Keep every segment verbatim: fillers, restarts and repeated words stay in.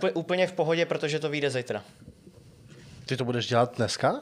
Úplně, úplně v pohodě, protože to vyjde zítra. Ty to budeš dělat dneska?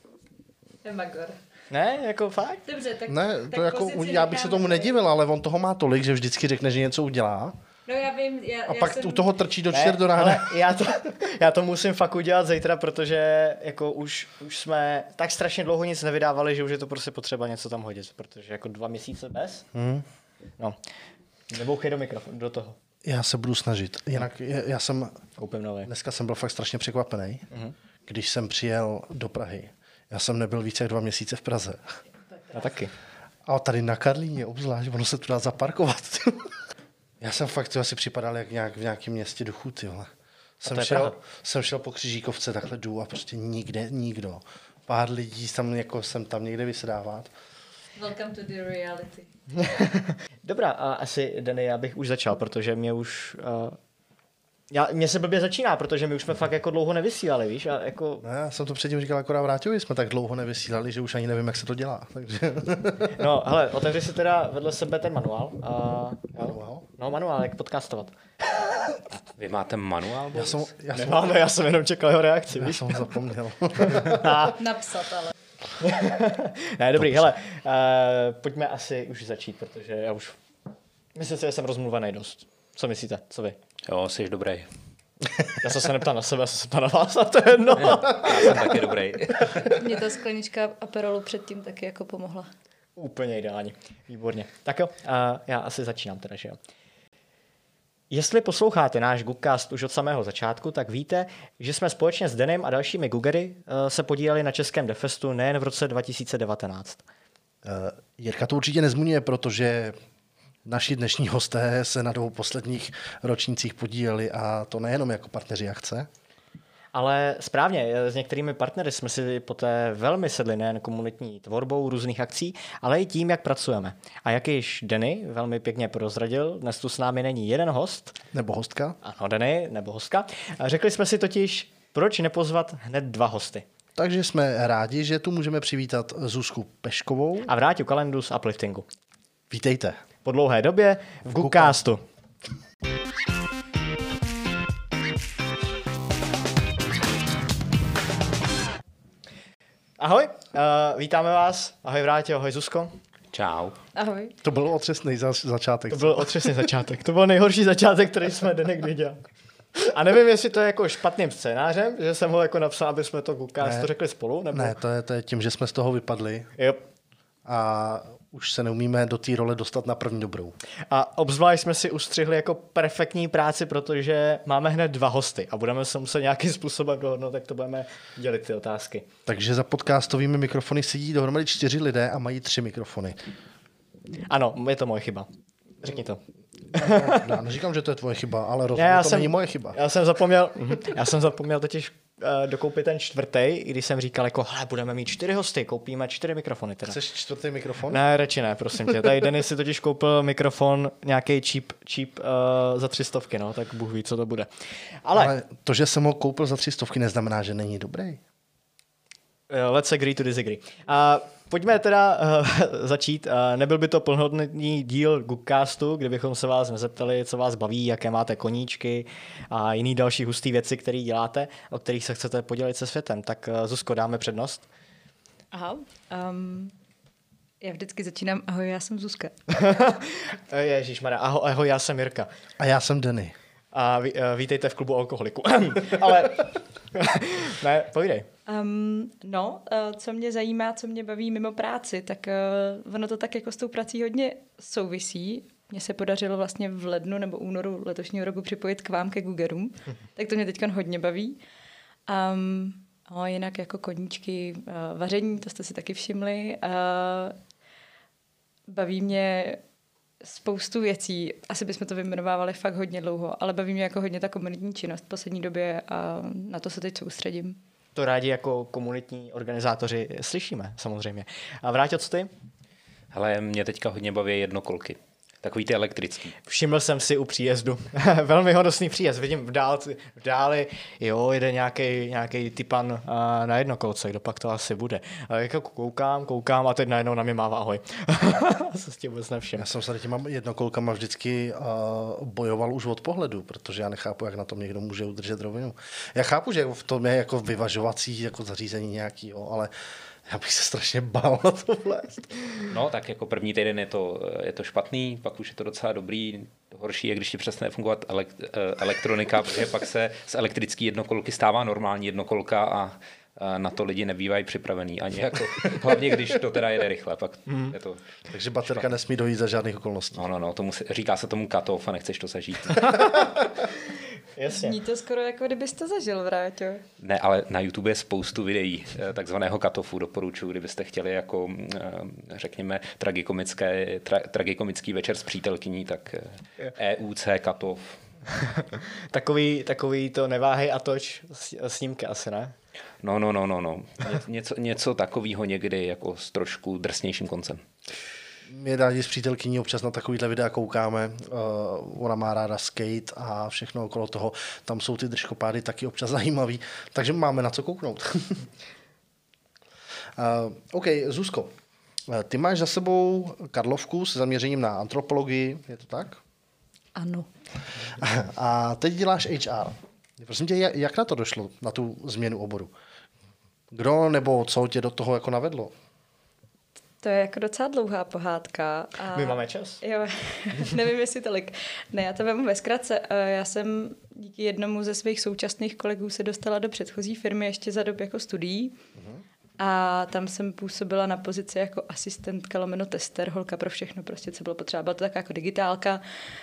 Magor. Ne, jako fakt? Dobře, tak Ne, tak to jako, pozici já bych se tomu necháme. nedivil, ale on toho má tolik, že vždycky řekne, že něco udělá. No já vím, já, A já pak jsem... u toho trčí do Ne, čtyř do ale rána. já to, já to musím fakt udělat zítra, protože jako už, už jsme tak strašně dlouho nic nevydávali, že už je to prostě potřeba něco tam hodit, protože jako dva měsíce bez. Hmm. No, nebouchej do mikrofonu, do toho. Já se budu snažit. Jinak já já jsem, Koupím nový. dneska jsem byl fakt strašně překvapený, Mhm. když jsem přijel do Prahy. Já jsem nebyl více jak dva měsíce v Praze. Já taky. A tady na Karlíně obzvlášť, ono se tu dá zaparkovat. Já jsem fakt tyhle, si připadal jak nějak v nějakém městě duchů, ty vole. Jsem to je šel, Praha. jsem šel po Křižíkovce, takhle jdu a prostě nikde nikdo. Pár lidí tam jako jsem tam někde vysedávat. Welcome to the reality. Dobrá, a asi, Denny, já bych už začal, protože mě už... Uh, já, mě se blbě začíná, protože my už jsme fakt jako dlouho nevysílali, víš? A jako... Ne, já jsem to předtím říkal akorát Vráťovi, jsme tak dlouho nevysílali, že už ani nevím, jak se to dělá. Takže... No, hele, otevři si teda vedle sebe ten manuál. A, Manuál? No, manuál, jak podcastovat. Vy máte manuál? Já jsem, já jsem, Nemáme, já jsem jenom čekal jeho reakci, já víš? jsem ho zapomněl. Napsat, ale. Ne, dobrý, hele, uh, pojďme asi už začít, protože já už... Myslím si, že jsem rozmluvený dost. Co myslíte? Co vy? Jo, jsi dobrý. Já jsem se neptal na sebe, já jsem se ptal na vás a to je jedno. Já jsem taky dobrý. Mně ta sklenička Aperolu předtím taky jako pomohla. Úplně ideální. Výborně. Tak jo, uh, já asi začínám teda, že jo. Jestli posloucháte náš Googcast už od samého začátku, tak víte, že jsme společně s Denem a dalšími Googery uh, se podíleli na českém Defestu nejen v roce dva tisíce devatenáct. Uh, Jirka to určitě nezmiňuje, protože naši dnešní hosté se na dvou posledních ročnících podíleli a to nejenom jako partneři akce. Ale správně, s některými partnery jsme si poté velmi sedli nejen komunitní tvorbou různých akcí, ale i tím, jak pracujeme. A jak již Denny velmi pěkně prozradil, dnes tu s námi není jeden host. Nebo hostka. Ano, Denny, nebo hostka. A řekli jsme si totiž, proč nepozvat hned dva hosty. Takže jsme rádi, že tu můžeme přivítat Zuzku Peškovou. A Vráťu Kalendu z Upliftingu. Vítejte. Po dlouhé době v Googcastu. Ahoj, uh, vítáme vás. Ahoj Vrátě, ahoj Zuzko. Čau. Ahoj. To byl otřesný za, začátek. To byl otřesný začátek. To byl nejhorší začátek, který jsme Denny kdy dělali. A nevím, jestli to je jako špatným scénářem, že jsem ho jako napsal, aby jsme to Googcastu řekli spolu, nebo... Ne, to je, to je tím, že jsme z toho vypadli Jo. a už se neumíme do té role dostat na první dobrou. A obzvlášť jsme si ustřihli jako perfektní práci, protože máme hned dva hosty a budeme se muset nějakým způsobem dohodnout, jak to budeme dělit ty otázky. Takže za podcastovými mikrofony sedí dohromady čtyři lidé a mají tři mikrofony. Ano, je to moje chyba. Řekni to. Já neříkám, že to je tvoje chyba, ale Ne, rozhodně já to jsem- není moje chyba. Já jsem zapomněl, já jsem zapomněl totiž uh, dokoupit ten čtvrtý, i když jsem říkal jako, hele, budeme mít čtyři hosty, koupíme čtyři mikrofony teda. Chceš čtvrtý mikrofon? Ne, reči ne, prosím tě. Tady Dennis si totiž koupil mikrofon nějaký cheap, cheap uh, za tři stovky, no, tak Bůh ví, co to bude. Ale, Ale... Ale to, že jsem ho koupil za tři stovky, neznamená, že není dobrý. let's agree to disagree. A pojďme teda uh, začít. Uh, nebyl by to plnohodnotný díl Googcastu, kdybychom se vás nezeptali, co vás baví, jaké máte koníčky a jiný další hustý věci, které děláte, o kterých se chcete podělit se světem. Tak uh, Zuzko, dáme přednost. Aha. Um, já vždycky začínám, ahoj, já jsem Zuzka. Ježišmarja, ahoj, ahoj, já jsem Jirka. A já jsem Denny. A ví, uh, vítejte v klubu alkoholiku. Ale ne, povídej. Um, no, uh, co mě zajímá, co mě baví mimo práci, tak uh, ono to tak jako s tou prací hodně souvisí. Mně se podařilo vlastně v lednu nebo únoru letošního roku připojit k vám ke Googerům, tak to mě teďka hodně baví. Um, no, jinak jako koníčky, uh, vaření, to jste si taky všimli. Uh, baví mě spoustu věcí, asi bychom to vyjmenovávali fakt hodně dlouho, ale baví mě jako hodně ta komunitní činnost v poslední době a na to se teď soustředím. To rádi jako komunitní organizátoři slyšíme, samozřejmě. A Vráťo, co ty? Hele, mě teďka hodně baví jednokolky. Takový ty elektrický. Všiml jsem si u příjezdu. Velmi hodnostný příjezd. Vidím v, dál, v dáli, jo, jede nějaký nějaký typan uh, na jednokolce, kdo pak to asi bude. A jako koukám, koukám a teď najednou na mě mává ahoj. Se s tím vůbec nevšiml. Já jsem se těma jednokolkama vždycky uh, bojoval už od pohledu, protože já nechápu, jak na tom někdo může udržet rovinu. Já chápu, že v tom je jako vyvažovací jako zařízení nějaký, jo, ale já bych se strašně bál na to vlézt. No, tak jako první týden je to, je to špatný, pak už je to docela dobrý. Horší je, když ti přestane fungovat elekt, elektronika, protože pak se z elektrické jednokolky stává normální jednokolka a na to lidi nebývají připravený ani jako, hlavně když to teda jede rychle, pak mm. je to. Takže baterka špatný. Nesmí dojít za žádných okolností. No, no, no, tomu se, říká se tomu cut-off a nechceš to zažít. Jasně. Zní to skoro jako kdybys to zažil, Vráťo. Ne, ale na YouTube je spoustu videí takzvaného cut-offu, doporučuji, kdybyste chtěli jako, řekněme, tragikomické, tra, tragikomický večer s přítelkyní, tak E U C cut-off. takový, takový to neváhej a toč snímky asi, ne? No, no, no, no, no. Něco, něco takového někdy jako s trošku drsnějším koncem. My rádi s přítelkyní občas na takovýhle videa koukáme. Uh, ona má ráda skate a všechno okolo toho. Tam jsou ty držkopády taky občas zajímavý, takže máme na co kouknout. uh, OK, Zuzko, ty máš za sebou Karlovku se zaměřením na antropologii, je to tak? Ano. A teď děláš H R. Prosím tě, jak na to došlo, na tu změnu oboru? Kdo nebo co tě do toho jako navedlo? To je jako docela dlouhá pohádka. A my máme čas. Jo, nevím, jestli tolik. Ne, já to vemu ve zkratce. Já jsem díky jednomu ze svých současných kolegů se dostala do předchozí firmy ještě za dob jako studií. Uh-huh. A tam jsem působila na pozici jako asistentka lomeno tester, holka pro všechno, prostě co bylo potřeba. Byla to taková jako digitálka.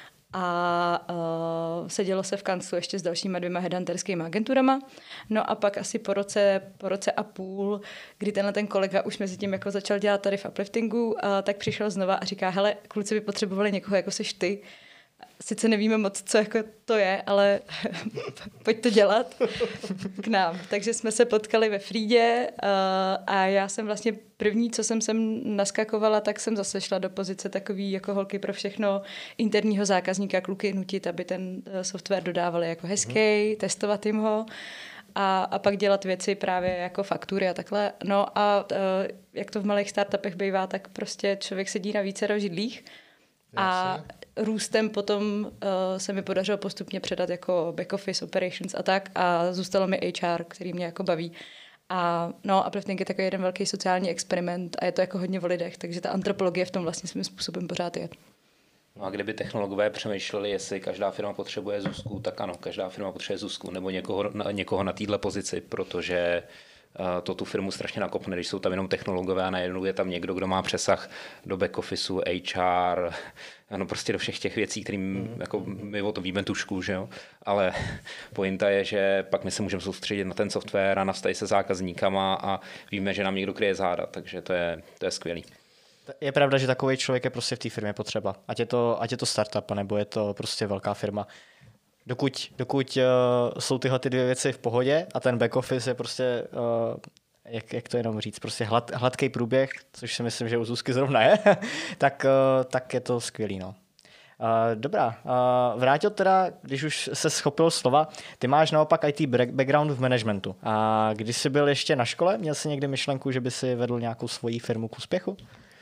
A uh, sedělo se v kanclu ještě s dalšíma dvěma headhunterskými agenturama. No a pak asi po roce, po roce a půl, kdy tenhle ten kolega už mezi tím jako začal dělat tady v upliftingu, uh, tak přišel znova a říká, hele, kluci by potřebovali někoho, jako seš ty. Sice nevíme moc, co jako to je, ale pojď to dělat k nám. Takže jsme se potkali ve Frýdě uh, a já jsem vlastně první, co jsem sem naskakovala, tak jsem zase šla do pozice takový jako holky pro všechno interního zákazníka, kluky nutit, aby ten software dodávali jako hezký, mm. testovat jim ho a, a pak dělat věci právě jako faktury a takhle. No a uh, jak to v malých startupech bývá, tak prostě člověk sedí na více židlích. A růstem potom uh, se mi podařilo postupně předat jako back office, operations a tak a zůstalo mi H R, který mě jako baví. A no, uplifting je takový jeden velký sociální experiment a je to jako hodně o lidech, takže ta antropologie v tom vlastně svým způsobem pořád je. No a kdyby technologové přemýšleli, jestli každá firma potřebuje Zuzku, tak ano, každá firma potřebuje Zuzku nebo někoho, někoho na této pozici, protože to tu firmu strašně nakopne, když jsou tam jenom technologové a najednou je tam někdo, kdo má přesah do back officeu, H R, ano, prostě do všech těch věcí, kterým mm. jako my o to víme tušku, že jo? Ale pointa je, že pak my se můžeme soustředit na ten software a na vztahy se zákazníkama a víme, že nám někdo kryje záda, takže to je, to je skvělý. Je pravda, že takový člověk je prostě v té firmě potřeba. Ať je to, ať je to startup, nebo je to prostě velká firma. Dokud, dokud uh, jsou tyhle ty dvě věci v pohodě a ten back office je prostě, uh, jak, jak to jenom říct, prostě hlad, hladký průběh, což si myslím, že u Zuzky zrovna je, tak, uh, tak je to skvělý. No. Uh, dobrá, uh, Vrátil teda, když už se schopil slova, ty máš naopak I T background v managementu. A když jsi byl ještě na škole, měl jsi někdy myšlenku, že by si vedl nějakou svoji firmu k úspěchu?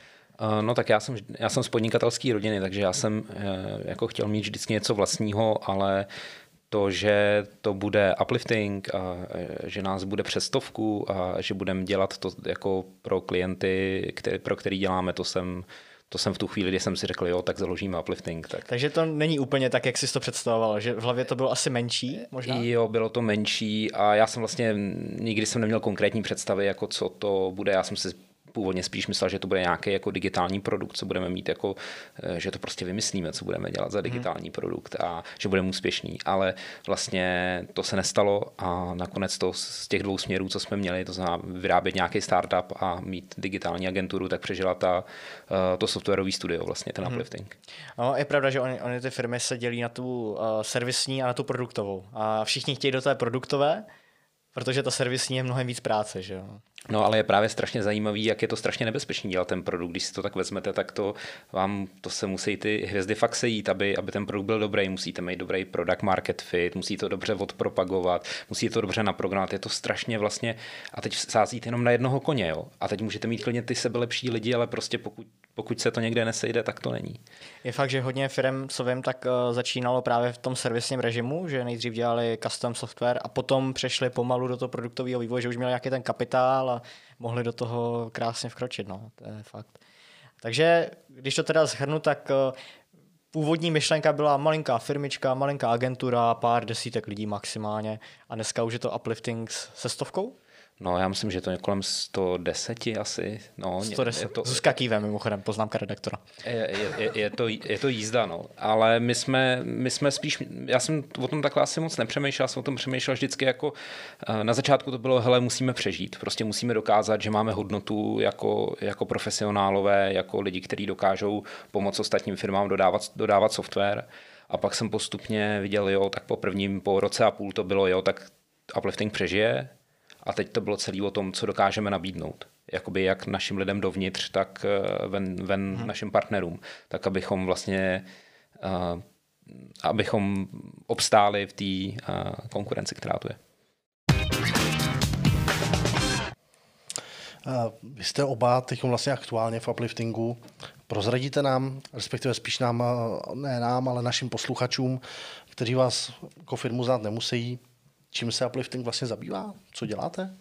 No tak já jsem, já jsem z podnikatelské rodiny, takže já jsem jako chtěl mít vždycky něco vlastního, ale to, že to bude uplifting a že nás bude přes stovku a že budeme dělat to jako pro klienty, který, pro který děláme, to jsem, to jsem v tu chvíli, kdy jsem si řekl, jo, tak založíme uplifting. Tak. Takže to není úplně tak, jak jsi to představoval, že v hlavě to bylo asi menší možná? Jo, bylo to menší a já jsem vlastně nikdy jsem neměl konkrétní představy, jako co to bude, já jsem si původně spíš myslel, že to bude nějaký jako digitální produkt, co budeme mít jako, že to prostě vymyslíme, co budeme dělat za digitální hmm. produkt a že budeme úspěšný, ale vlastně to se nestalo a nakonec to z těch dvou směrů, co jsme měli, to znamená vyrábět nějaký startup a mít digitální agenturu, tak přežila ta, to softwarový studio, vlastně ten hmm. uplifting. No, je pravda, že oni, oni ty firmy se dělí na tu uh, servisní a na tu produktovou a všichni chtějí do té produktové, protože ta servisní je mnohem víc práce, že jo? No, ale je právě strašně zajímavý, jak je to strašně nebezpečný dělat ten produkt. Když si to tak vezmete, tak to vám, to se musí ty hvězdy fakt sejít, aby, aby ten produkt byl dobrý. Musíte mít dobrý product market fit, musí to dobře odpropagovat, musí to dobře naprogramovat. Je to strašně vlastně, a teď sázíte jenom na jednoho koně, jo. A teď můžete mít klidně ty sebelepší lidi, ale prostě pokud, pokud se to někde nesejde, tak to není. Je fakt, že hodně firm, co vím, tak uh, začínalo právě v tom servisním režimu, že nejdřív dělali custom software a potom přešli pomalu do toho produktového vývoje, že už měli nějaký ten kapitál a mohli do toho krásně vkročit, no, to je fakt. Takže, když to teda shrnu, tak uh, původní myšlenka byla malinká firmička, malinká agentura, pár desítek lidí maximálně a dneska už je to Uplifting se stovkou? No, já myslím, že to je kolem sto deset asi. No, sto deset. Je to, Zuzka kývem, mimochodem, poznámka redaktora. Je, je, je, to, je to jízda, no. Ale my jsme, my jsme spíš, já jsem o tom takhle asi moc nepřemýšlel, já jsem o tom přemýšlel vždycky jako, na začátku to bylo, hele, musíme přežít, prostě musíme dokázat, že máme hodnotu jako, jako profesionálové, jako lidi, kteří dokážou pomoct ostatním firmám dodávat, dodávat software. A pak jsem postupně viděl, jo, tak po prvním, po roce a půl to bylo, jo, tak Uplifting přežije. A teď to bylo celé o tom, co dokážeme nabídnout. Jakoby jak našim lidem dovnitř, tak ven, ven hmm. našim partnerům. Tak abychom vlastně uh, abychom obstáli v té uh, konkurenci, která tu je. Vy jste oba teď vlastně aktuálně v Upliftingu. Prozradíte nám, respektive spíš nám, ne nám, ale našim posluchačům, kteří vás jako firmu znát nemusí, čím se Uplifting vlastně zabývá? Co děláte?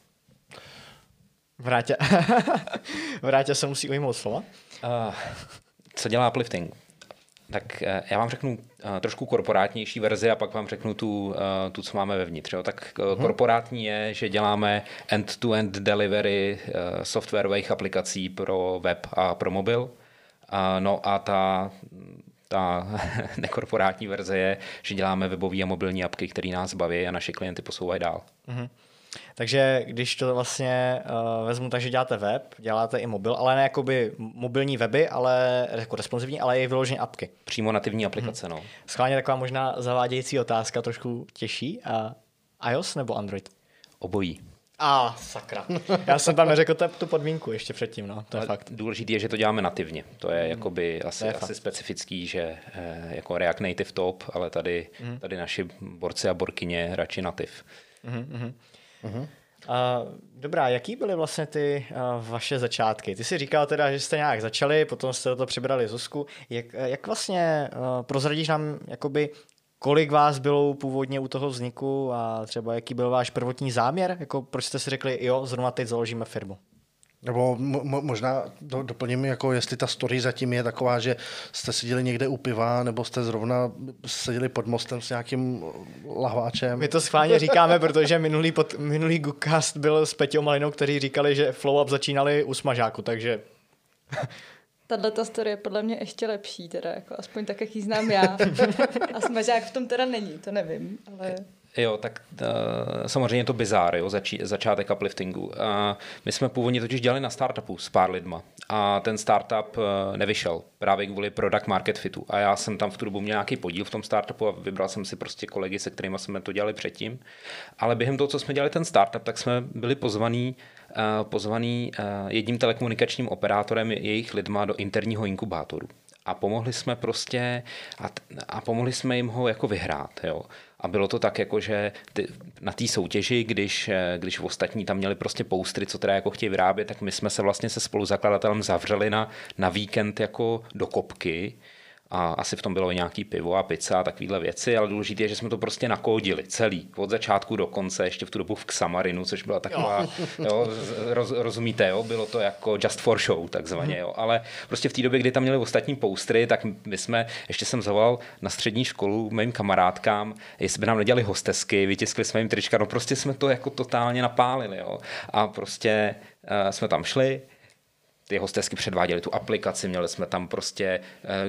Vrátě, Vrátě se musí ujmout slova. Uh, co dělá Uplifting? Tak uh, já vám řeknu uh, trošku korporátnější verzi a pak vám řeknu tu, uh, tu co máme vevnitř. Jo? Tak uh, hmm. korporátní je, že děláme end-to-end delivery uh, softwarových aplikací pro web a pro mobil. Uh, no a ta Ta nekorporátní verze je, že děláme webové a mobilní apky, které nás baví a naše klienty posouvají dál. Mm-hmm. Takže když to vlastně uh, vezmu, takže děláte web, děláte i mobil, ale ne jakoby mobilní weby, ale jako responsivní, ale i vyloženě apky. Přímo nativní aplikace, mm-hmm. no. Schválně taková možná zavádějící otázka, trošku těžší. Uh, iOS nebo Android? Obojí. A ah, sakra. Já jsem tam neřekl tu podmínku ještě předtím, no. To je ale fakt. Důležité je, že to děláme nativně. To je jakoby asi, je asi specifický, že eh, jako React Native top, ale tady, mm. tady naši borci a borkyně radši native. Mm-hmm. Mm-hmm. Uh, dobrá, jaký byly vlastně ty uh, vaše začátky? Ty jsi říkal teda, že jste nějak začali, potom jste do toho přibrali Zuzku. Jak, jak vlastně uh, prozradíš nám, jakoby, kolik vás bylo původně u toho vzniku a třeba jaký byl váš prvotní záměr? Jako proč jste si řekli, jo, zrovna teď založíme firmu? Nebo mo- možná do, doplním, jako jestli ta story zatím je taková, že jste seděli někde u piva, nebo jste zrovna seděli pod mostem s nějakým lahváčem. My to schválně říkáme, protože minulý, pod, minulý Googcast byl s Peťou Malinou, kteří říkali, že Flow Up začínali u smažáku, takže... Tato story je podle mě ještě lepší, teda, jako aspoň tak, jak ji znám já. A smažák v tom teda není, to nevím, ale... Jo, tak uh, samozřejmě je to bizár, jo, zači- začátek Upliftingu. Uh, my jsme původně totiž dělali na startupu s pár lidma a ten startup uh, nevyšel právě kvůli product market fitu a já jsem tam v tu dobu měl nějaký podíl v tom startupu a vybral jsem si prostě kolegy, se kterými jsme to dělali předtím. Ale během toho, co jsme dělali ten startup, tak jsme byli pozvaní uh, pozvaný uh, jedním telekomunikačním operátorem, jejich lidma do interního inkubátoru. A pomohli jsme prostě a, a pomohli jsme jim ho jako vyhrát, jo. A bylo to tak, jako, že ty, na té soutěži, když, když ostatní tam měli prostě poustry, co teda jako chtějí vyrábět, tak my jsme se vlastně se spoluzakladatelem zavřeli na, na víkend jako do kopky. A asi v tom bylo nějaký pivo a pizza a takovéhle věci, ale důležité je, že jsme to prostě nakódili celý, od začátku do konce, ještě v tu dobu v Xamarinu, což byla taková, jo. Jo, roz, rozumíte, jo, bylo to jako just for show, takzvaně, jo, ale prostě v té době, kdy tam měli ostatní poustry, tak my jsme, ještě jsem zavolal na střední školu mým kamarádkám, jestli by nám nedělali hostesky, vytiskli jsme jim trička, no prostě jsme to jako totálně napálili, jo, a prostě uh, jsme tam šli, ty hostesky předváděli tu aplikaci, měli jsme tam prostě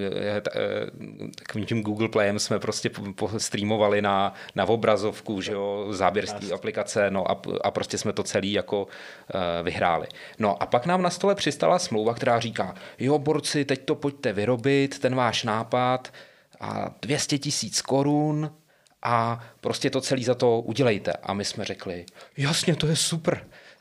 takovým tím Google Playem jsme prostě streamovali na, na obrazovku, že jo, záběr z té aplikace, no a, a prostě jsme to celý jako uh, vyhráli. No a pak nám na stole přistala smlouva, která říká, jo borci, teď to pojďte vyrobit, ten váš nápad a dvě stě tisíc korun a prostě to celý za to udělejte. A my jsme řekli, jasně, to je super.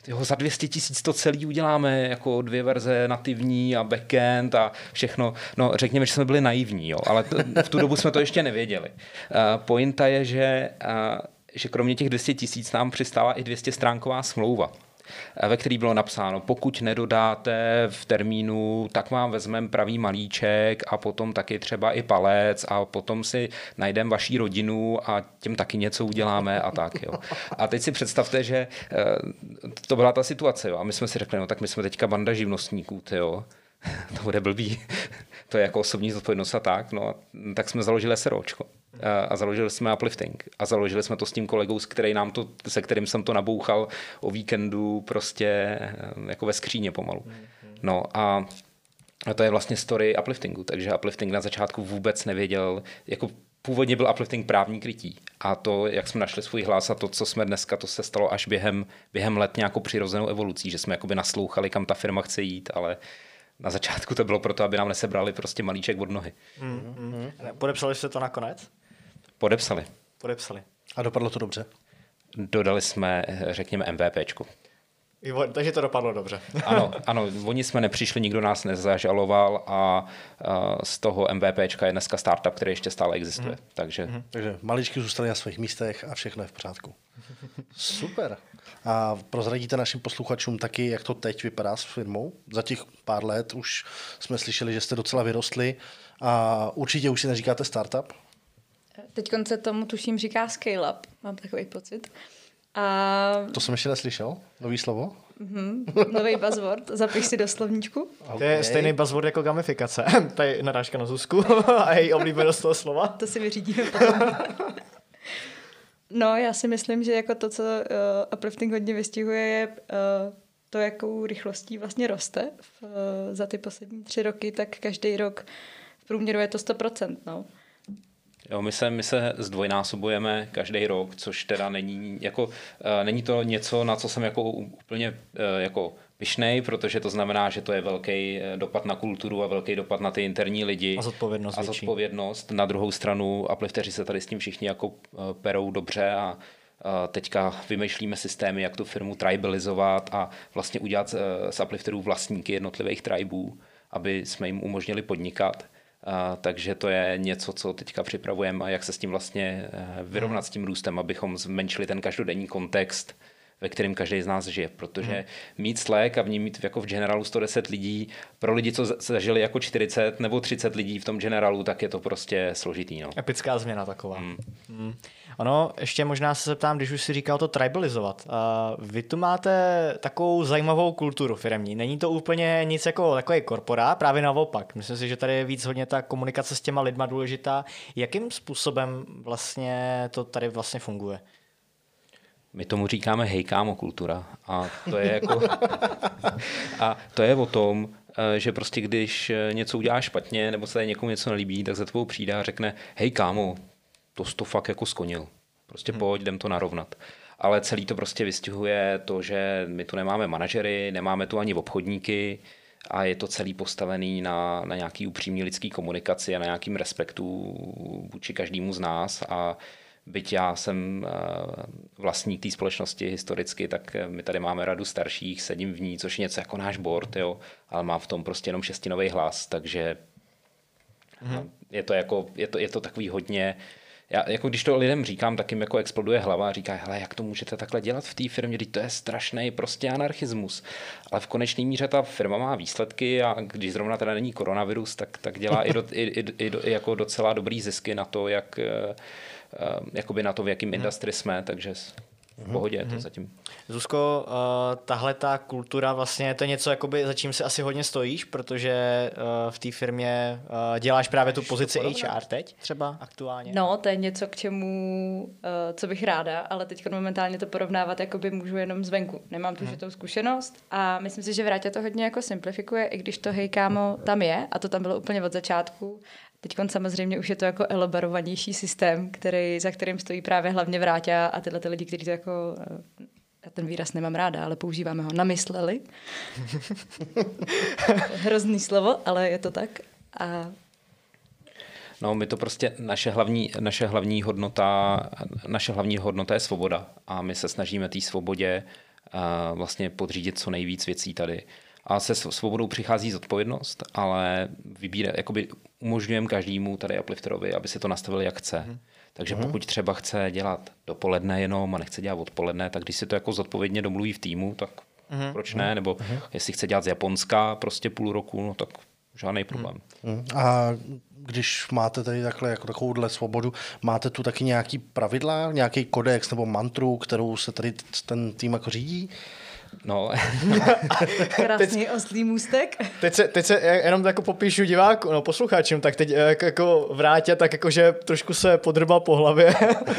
jo, za dvě stě tisíc to celý uděláme, jako dvě verze nativní a backend a všechno. No, řekněme, že jsme byli naivní, jo, ale to, v tu dobu jsme to ještě nevěděli. Uh, pointa je, že, uh, že kromě těch dvě stě tisíc nám přistála i dvě stě stránková smlouva, ve který bylo napsáno, pokud nedodáte v termínu, tak vám vezmeme pravý malíček a potom taky třeba i palec a potom si najdeme vaší rodinu a těm taky něco uděláme a tak. Jo. A teď si představte, že to byla ta situace. Jo. A my jsme si řekli, no tak my jsme teďka banda živnostníků, tyjo. To bude blbý. To je jako osobní zodpovědnost a tak. No, tak jsme založili SROčko. A založili jsme Uplifting. A založili jsme to s tím kolegou, s který nám to, se kterým jsem to nabouchal o víkendu prostě jako ve skříně pomalu. No a A to je vlastně story Upliftingu, takže Uplifting na začátku vůbec nevěděl, jako původně byl Uplifting právní krytí a to, jak jsme našli svůj hlas a to, co jsme dneska, to se stalo až během, během let nějakou přirozenou evolucí, že jsme jakoby naslouchali, kam ta firma chce jít, ale na začátku to bylo proto, aby nám nesebrali prostě malíček od nohy. Mm, mm. Podepsali jste to nakonec? Podepsali. Podepsali. A dopadlo to dobře? Dodali jsme, řekněme, MVPčku. Takže to dopadlo dobře. Ano, ano, oni jsme nepřišli, nikdo nás nezažaloval a uh, z toho MVPčka je dneska startup, který ještě stále existuje. Mm. Takže... Mm. Takže maličky zůstaly na svých místech a všechno je v pořádku. Super. A prozradíte našim posluchačům taky, jak to teď vypadá s firmou? Za těch pár let už jsme slyšeli, že jste docela vyrostli a určitě už si neříkáte startup? Teď se tomu tuším říká scale-up, mám takový pocit. A... To jsem ještě neslyšel, nový slovo? Mm-hmm. Nový buzzword, zapiš si do slovníčku. Okay. To je stejný buzzword jako gamifikace. Tady narážka na Zuzku a její oblíbenost toho slova. To si vyřídíme potom. No, já si myslím, že jako to, co uh, Uplifting hodně vystihuje, je uh, to, jakou rychlostí vlastně roste. V, uh, za ty poslední tři roky, tak každý rok v průměru je to sto procent, no. Jo, my se, my se zdvojnásobujeme každý rok, což teda není, jako, uh, není to něco, na co jsem jako úplně uh, jako pyšnej, protože to znamená, že to je velký dopad na kulturu a velký dopad na ty interní lidi. A zodpovědnost. A zodpovědnost. Na druhou stranu Uplifteři se tady s tím všichni jako uh, perou dobře a uh, teďka vymýšlíme systémy, jak tu firmu tribalizovat a vlastně udělat uh, z Uplifterů vlastníky jednotlivých tribů, aby jsme jim umožnili podnikat. Uh, takže to je něco, co teďka připravujeme a jak se s tím vlastně uh, vyrovnat hmm. s tím růstem, abychom zmenšili ten každodenní kontext, ve kterém každý z nás žije, protože hmm. mít Slack a v ní mít jako v Generalu sto deset lidí, pro lidi, co zažili jako čtyřicet nebo třicet lidí v tom Generalu, tak je to prostě složitý. No. Epická změna taková. Hmm. Hmm. Ono, ještě možná se zeptám, když už si říkal to tribalizovat. Uh, vy tu máte takovou zajímavou kulturu firemní. Není to úplně nic jako takový korporát, právě naopak. Myslím si, že tady je víc hodně ta komunikace s těma lidma důležitá. Jakým způsobem vlastně to tady vlastně funguje? My tomu říkáme hej kámo kultura a to je jako a to je o tom, že prostě když něco uděláš špatně nebo se tady někomu něco nelíbí, tak za tebou přijde a řekne hej kámo, to jsi to fakt jako skonil. Prostě pojď, jdem to narovnat. Ale celý to prostě vystihuje to, že my tu nemáme manažery, nemáme tu ani obchodníky a je to celý postavený na, na nějaký upřímný lidský komunikaci a na nějakým respektu vůči každému z nás a byť já jsem vlastník té společnosti historicky, tak my tady máme radu starších, sedím v ní, což je něco jako náš board, jo, ale má v tom prostě jenom šestinový hlas, takže mm. je to jako, je to, je to takový hodně, já, jako když to lidem říkám, tak jim jako exploduje hlava a říká, hele, jak to můžete takhle dělat v té firmě, teď to je strašný prostě anarchismus. Ale v konečné míře ta firma má výsledky a když zrovna teda není koronavirus, tak, tak dělá i, do, i, i, i, do, i jako docela dobrý zisky na to, jak jakoby na to, v jakém industrii jsme, takže v pohodě je to zatím. Zuzko, uh, tahle ta kultura vlastně to je něco, jakoby, za čím si asi hodně stojíš, protože uh, v té firmě uh, děláš právě tu pozici H R teď třeba aktuálně. No, to je něco, k čemu, uh, co bych ráda, ale teď momentálně to porovnávat jakoby můžu jenom zvenku. Nemám tu žitou zkušenost a myslím si, že Vrátě to hodně jako simplifikuje, i když to hej kámo tam je a to tam bylo úplně od začátku. Teď samozřejmě už je to jako elaborovanější systém, který, za kterým stojí právě hlavně Vráťa a tyhle ty lidi, kteří to jako, já ten výraz nemám ráda, ale používáme ho, namysleli. Hrozný slovo, ale je to tak. A... No, my to prostě, naše hlavní, naše hlavní hodnota, naše hlavní hodnota je svoboda a my se snažíme té svobodě uh, vlastně podřídit co nejvíc věcí tady. A se svobodou přichází zodpovědnost, ale vybíra, jakoby umožňujeme každému tady uplifterovi, aby si to nastavil jak chce. Mm. Takže mm. pokud třeba chce dělat dopoledne jenom a nechce dělat odpoledne, tak když si to jako zodpovědně domluví v týmu, tak mm. proč ne? Nebo mm. jestli chce dělat z Japonska prostě půl roku, no tak žádný problém. Mm. A když máte tady takhle jako takovouhle svobodu, máte tu taky nějaký pravidla, nějaký kodex nebo mantru, kterou se tady ten tým jako řídí? No. Krásný oslý můstek. Teď se, teď se jenom jako popíšu diváku, no posluchačům, tak teď jak, jako vrátě, tak jakože trošku se podrba po hlavě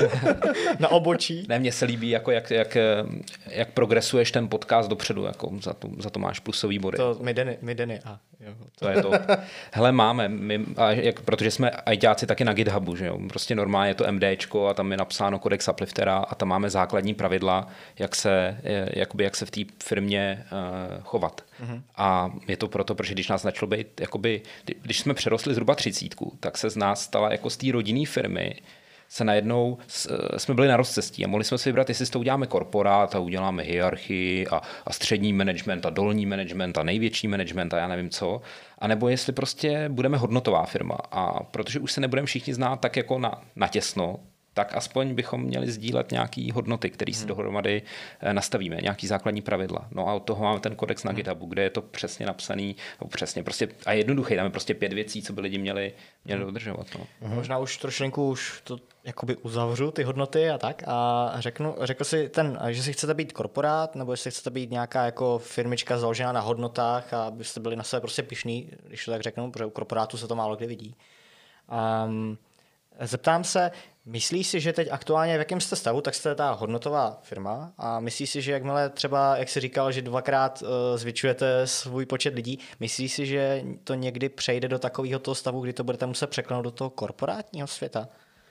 na obočí. Ne, mně se líbí, jako jak, jak, jak progresuješ ten podcast dopředu, jako za, to, za to máš plusový body. To my Denny, my Denny, a jo. To je to. Hele, máme, my, a jak, protože jsme ajťáci taky na GitHubu, že jo, prostě normálně je to MDčko a tam je napsáno kodex upliftera a tam máme základní pravidla, jak se, jakoby, jak se v té firmě uh, chovat. Mm-hmm. A je to proto, protože když nás začalo být, jakoby, když jsme přerostli zhruba třicítku, tak se z nás stala jako z té rodinné firmy se najednou, jsme byli na rozcestí a mohli jsme si vybrat, jestli s to uděláme korporát a uděláme hierarchii a, a střední management a dolní management a největší management a já nevím co, anebo jestli prostě budeme hodnotová firma. A protože už se nebudeme všichni znát tak jako na, na těsno, tak aspoň bychom měli sdílet nějaký hodnoty, které si hmm. dohromady nastavíme, nějaký základní pravidla. No a od toho máme ten kodex na hmm. GitHubu, kde je to přesně napsaný, no přesně, prostě a jednoduchý, tam je prostě pět věcí, co by lidi měli, měli hmm. dodržovat. No. Hmm. Možná už trošinku už to jakoby uzavřu, ty hodnoty a tak a řeknu, řekl si ten, že si chcete být korporát, nebo jestli chcete být nějaká jako firmička založená na hodnotách a abyste byli na sebe prostě pyšný, když to tak řeknu, protože u korporátu se to málo kdy vidí. Um, Zeptám se, myslíš si, že teď aktuálně v jakém jste stavu, tak jste ta hodnotová firma a myslíš si, že jakmile třeba, jak jsi říkal, že dvakrát uh, zvětšujete svůj počet lidí, myslíš si, že to někdy přejde do takového toho stavu, kdy to budete muset překlenout do toho korporátního světa?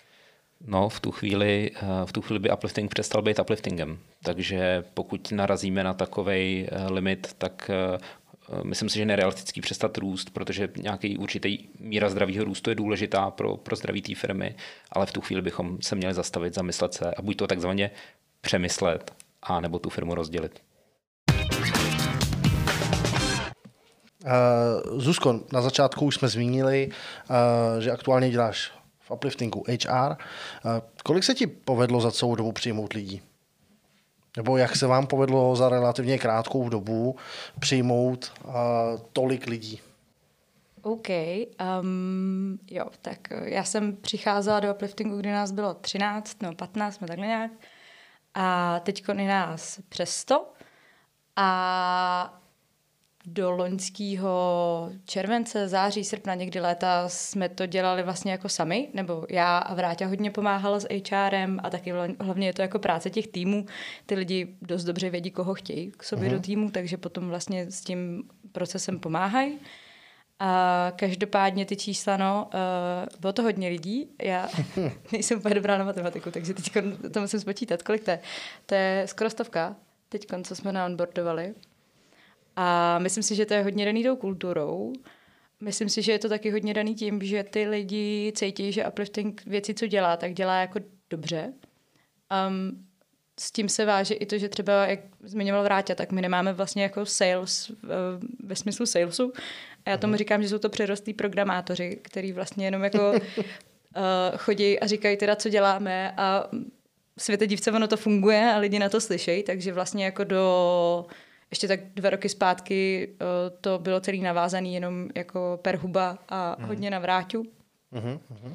No, v tu chvíli, v tu chvíli by uplifting přestal být upliftingem. Takže pokud narazíme na takovej limit, tak myslím si, že nerealistický přestat růst, protože nějaký určitý míra zdravého růstu je důležitá pro, pro zdraví té firmy, ale v tu chvíli bychom se měli zastavit, zamyslet se a buď to takzvaně přemyslet, a nebo tu firmu rozdělit. Uh, Zuzko, na začátku už jsme zmínili, uh, že aktuálně děláš v upliftingu H R. Uh, kolik se ti povedlo za celou dobu přijmout lidí? Nebo jak se vám povedlo za relativně krátkou dobu přijmout uh, tolik lidí? OK, um, jo, tak já jsem přicházela do upliftingu, kdy nás bylo třináct, no patnáct, jsme takhle nějak. A teď je nás přes sto. A do loňského července, září, srpna, někdy léta jsme to dělali vlastně jako sami, nebo já a Vráťa hodně pomáhala s H R em a taky hlavně je to jako práce těch týmů. Ty lidi dost dobře vědí, koho chtějí k sobě uh-huh. do týmu, takže potom vlastně s tím procesem pomáhají. A každopádně ty čísla, no, uh, bylo to hodně lidí. Já nejsem úplně dobrá na matematiku, takže teď to musím spočítat. Kolik to je? To je skoro stovka, teď, co jsme naonboardovali. A myslím si, že to je hodně daný tou kulturou. Myslím si, že je to taky hodně daný tím, že ty lidi cítí, že uplifting věci, co dělá, tak dělá jako dobře. Um, s tím se váže i to, že třeba, jak zmiňoval Vráťa, tak my nemáme vlastně jako sales uh, ve smyslu salesu. A já tomu říkám, že jsou to přerostlí programátoři, který vlastně jenom jako uh, chodí a říkají teda, co děláme a světe divce, ono to funguje a lidi na to slyšejí, takže vlastně jako do... Ještě tak dva roky zpátky uh, to bylo celý navázaný jenom jako per huba a mm. hodně na Vráťu. Mm-hmm.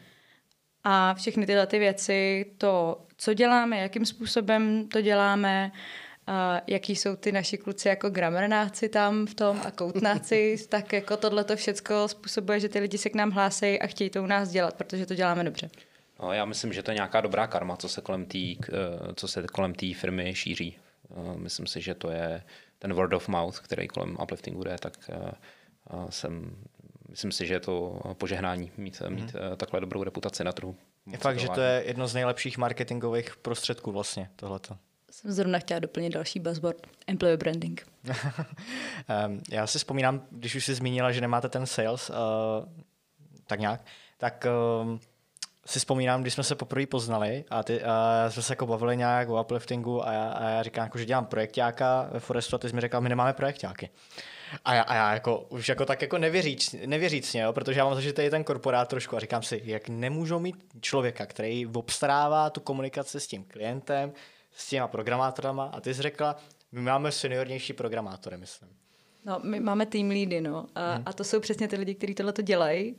A všechny tyhle ty věci, to, co děláme, jakým způsobem to děláme, uh, jaký jsou ty naši kluci jako gramernáci tam v tom a koutnáci, tak jako tohleto všecko způsobuje, že ty lidi se k nám hlásejí a chtějí to u nás dělat, protože to děláme dobře. No, já myslím, že to je nějaká dobrá karma, co se kolem té co se kolem té firmy šíří. Myslím si, že to je ten word of mouth, který kolem upliftingu jde, tak uh, jsem, myslím si, že je to požehnání mít, mm. mít uh, takhle dobrou reputaci na trhu. Je fakt, že to je jedno z nejlepších marketingových prostředků vlastně, tohleto. Jsem zrovna chtěla doplnit další buzzword, employer branding. um, já si vzpomínám, když už jsi zmínila, že nemáte ten sales, uh, tak nějak, tak um, si vzpomínám, když jsme se poprvé poznali a, ty, a jsme se jako bavili nějak o upliftingu a já, a já říkám, jako, že dělám projekťáka ve Forestu a ty jsi mi řekl, my nemáme projekťáky. A já, a já jako, už jako tak jako nevěříc, nevěřícně, jo, protože já mám zažitý je ten korporát trošku a říkám si, jak nemůžou mít člověka, který obstarává tu komunikaci s tím klientem, s těma programátorama a ty jsi řekla, my máme seniornější programátory, myslím. No, my máme team leady, no. A, hmm. a to jsou přesně ty lidi, kteří tohle to dělají.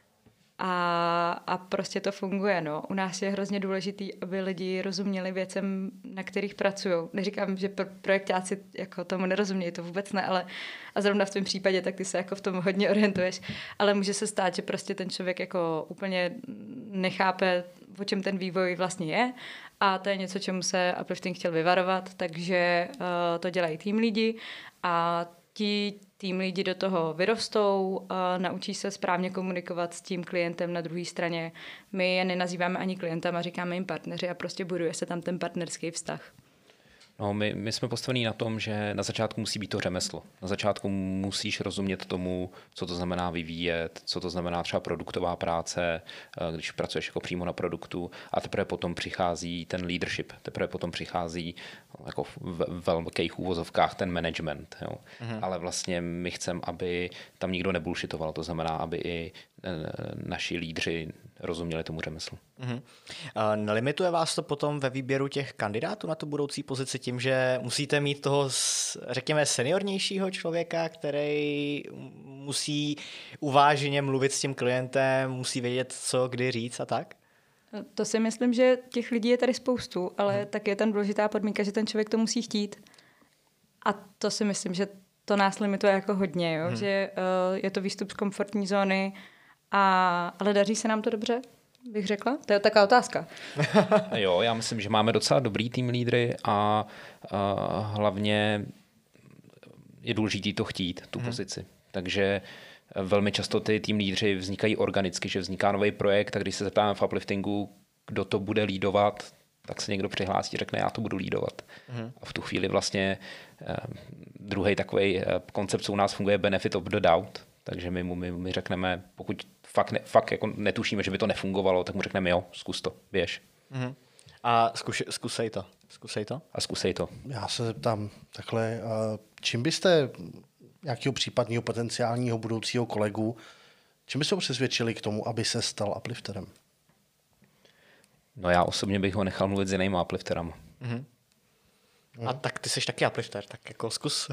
A, a prostě to funguje, no. U nás je hrozně důležitý, aby lidi rozuměli věcem, na kterých pracují. Neříkám, že pro, projektáci jako tomu nerozumějí, to vůbec ne, ale a zrovna v tom případě, tak ty se jako v tom hodně orientuješ. Ale může se stát, že prostě ten člověk jako úplně nechápe, o čem ten vývoj vlastně je. A to je něco, čemu se Uplifting chtěl vyvarovat, takže uh, to dělají tým lidi a ti tým lidi do toho vyrostou, uh, naučí se správně komunikovat s tím klientem na druhé straně. My je nenazýváme ani klientem a říkáme jim partneři a prostě buduje se tam ten partnerský vztah. No, my, my jsme postavení na tom, že na začátku musí být to řemeslo. Na začátku musíš rozumět tomu, co to znamená vyvíjet, co to znamená třeba produktová práce, když pracuješ jako přímo na produktu a teprve potom přichází ten leadership, teprve potom přichází jako v velkých úvozovkách ten management. Jo. Mhm. Ale vlastně my chceme, aby tam nikdo nebullshitoval, to znamená, aby i naši lídři rozuměli tomu řemeslu. Mhm. A nelimituje vás to potom ve výběru těch kandidátů na tu budoucí pozici tím, že musíte mít toho, řekněme, seniornějšího člověka, který musí uváženě mluvit s tím klientem, musí vědět, co kdy říct a tak? To si myslím, že těch lidí je tady spoustu, ale hmm. tak je tam důležitá podmínka, že ten člověk to musí chtít. A to si myslím, že to nás limituje jako hodně, jo? Hmm. Že uh, je to výstup z komfortní zóny, a, ale daří se nám to dobře, bych řekla? To je taková otázka. Jo, já myslím, že máme docela dobrý tým lídry a, a hlavně je důležité to chtít, tu hmm. pozici. Takže velmi často ty tým lídři vznikají organicky, že vzniká nový projekt a když se zeptáme v Upliftingu, kdo to bude lídovat, tak se někdo přihlásí, řekne, já to budu lídovat. Hmm. A v tu chvíli vlastně eh, druhý takový eh, koncept, co u nás funguje, benefit of the doubt. Takže my mu my, my řekneme, pokud fakt, ne, fakt jako netušíme, že by to nefungovalo, tak mu řekneme, jo, zkus to, běž. Hmm. A zkuš, zkusej to. Zkusej to. A zkusej to. Já se zeptám takhle, čím byste nějakého případného potenciálního budoucího kolegu, čím byste ho přesvědčili k tomu, aby se stal uplifterem? No já osobně bych ho nechal mluvit s jinýma uplifterama. Mm-hmm. Mm. A tak ty jsi taky uplifter, tak jako zkus.